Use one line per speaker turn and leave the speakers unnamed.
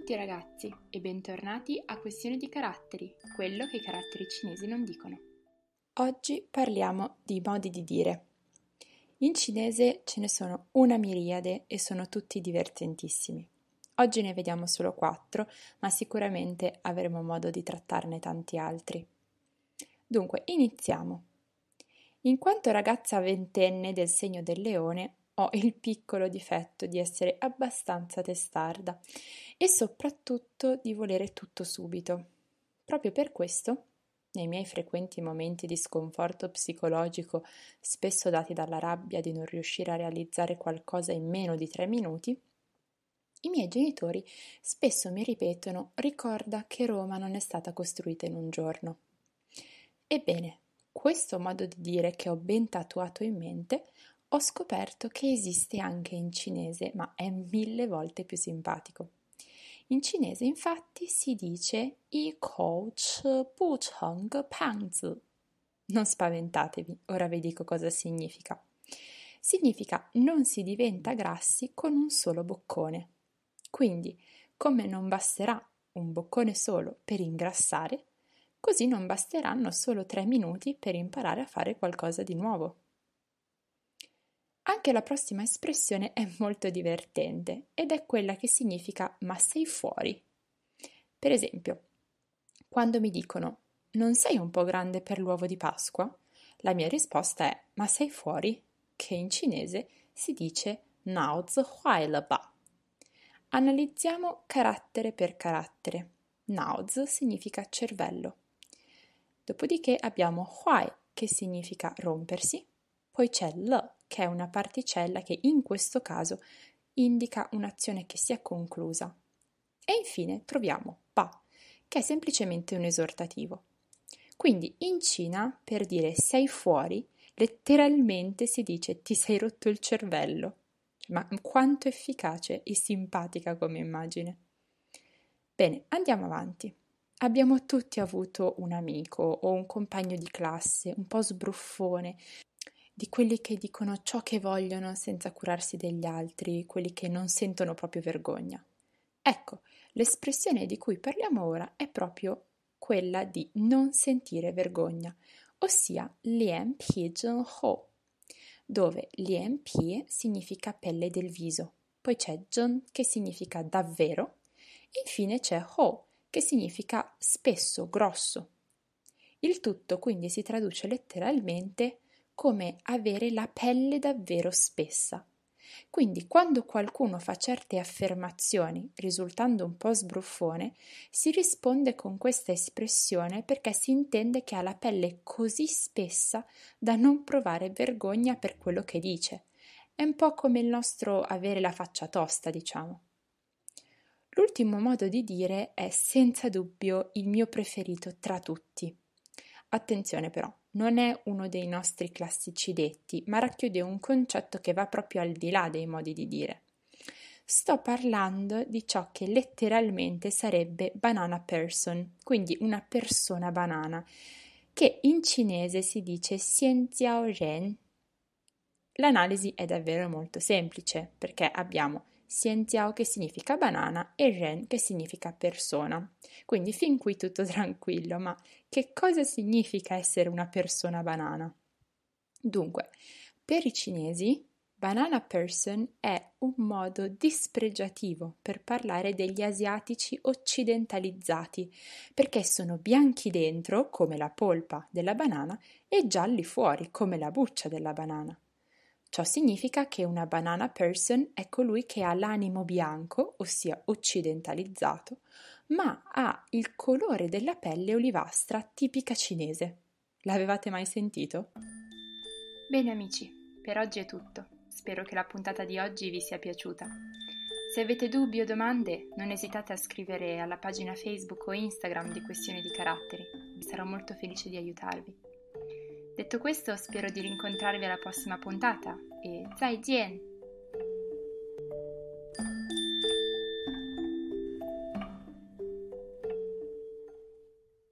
tutti ragazzi e bentornati a Questione di caratteri, quello che i caratteri cinesi non dicono.
Oggi parliamo di modi di dire. In cinese ce ne sono una miriade e sono tutti divertentissimi. Oggi ne vediamo solo 4, ma sicuramente avremo modo di trattarne tanti altri. Dunque, iniziamo. In quanto ragazza ventenne del segno del leone, ho il piccolo difetto di essere abbastanza testarda e soprattutto di volere tutto subito. Proprio per questo, nei miei frequenti momenti di sconforto psicologico, spesso dati dalla rabbia di non riuscire a realizzare qualcosa in meno di 3 minuti, i miei genitori spesso mi ripetono: ricorda che Roma non è stata costruita in un giorno. Ebbene, questo modo di dire che ho ben tatuato in mente, ho scoperto che esiste anche in cinese, ma è 1000 volte più simpatico. In cinese, infatti, si dice "yi kou chi bu cheng pang zi". Non spaventatevi, ora vi dico cosa significa. Significa non si diventa grassi con un solo boccone. Quindi, come non basterà un boccone solo per ingrassare, così non basteranno solo 3 minuti per imparare a fare qualcosa di nuovo. Anche la prossima espressione è molto divertente ed è quella che significa "ma sei fuori". Per esempio, quando mi dicono "non sei un po' grande per l'uovo di Pasqua?", la mia risposta è "ma sei fuori?", che in cinese si dice "nao zi huai le ba". Analizziamo carattere per carattere. Nao zi significa cervello. Dopodiché abbiamo huai, che significa rompersi, poi c'è l, che è una particella che in questo caso indica un'azione che si è conclusa. E infine troviamo pa, che è semplicemente un esortativo. Quindi in Cina, per dire sei fuori, letteralmente si dice ti sei rotto il cervello. Ma quanto efficace e simpatica come immagine. Bene, andiamo avanti. Abbiamo tutti avuto un amico o un compagno di classe un po' sbruffone, di quelli che dicono ciò che vogliono senza curarsi degli altri, quelli che non sentono proprio vergogna. Ecco, l'espressione di cui parliamo ora è proprio quella di non sentire vergogna, ossia lian pi zhen ho, dove lian pi significa pelle del viso, poi c'è zhen che significa davvero, e infine c'è ho che significa spesso, grosso. Il tutto quindi si traduce letteralmente come avere la pelle davvero spessa. Quindi quando qualcuno fa certe affermazioni, risultando un po' sbruffone, si risponde con questa espressione perché si intende che ha la pelle così spessa da non provare vergogna per quello che dice. È un po' come il nostro avere la faccia tosta, diciamo. L'ultimo modo di dire è senza dubbio il mio preferito tra tutti. Attenzione però, non è uno dei nostri classici detti, ma racchiude un concetto che va proprio al di là dei modi di dire. Sto parlando di ciò che letteralmente sarebbe banana person, quindi una persona banana, che in cinese si dice xian jiao ren. L'analisi è davvero molto semplice, perché abbiamo xianjiao che significa banana e ren che significa persona. Quindi fin qui tutto tranquillo, ma che cosa significa essere una persona banana? Dunque, per i cinesi, banana person è un modo dispregiativo per parlare degli asiatici occidentalizzati, perché sono bianchi dentro, come la polpa della banana, e gialli fuori, come la buccia della banana. Ciò significa che una banana person è colui che ha l'animo bianco, ossia occidentalizzato, ma ha il colore della pelle olivastra tipica cinese. L'avevate mai sentito?
Bene amici, per oggi è tutto. Spero che la puntata di oggi vi sia piaciuta. Se avete dubbi o domande, non esitate a scrivere alla pagina Facebook o Instagram di Questioni di Caratteri. Sarò molto felice di aiutarvi. Detto questo, spero di rincontrarvi alla prossima puntata e 再见!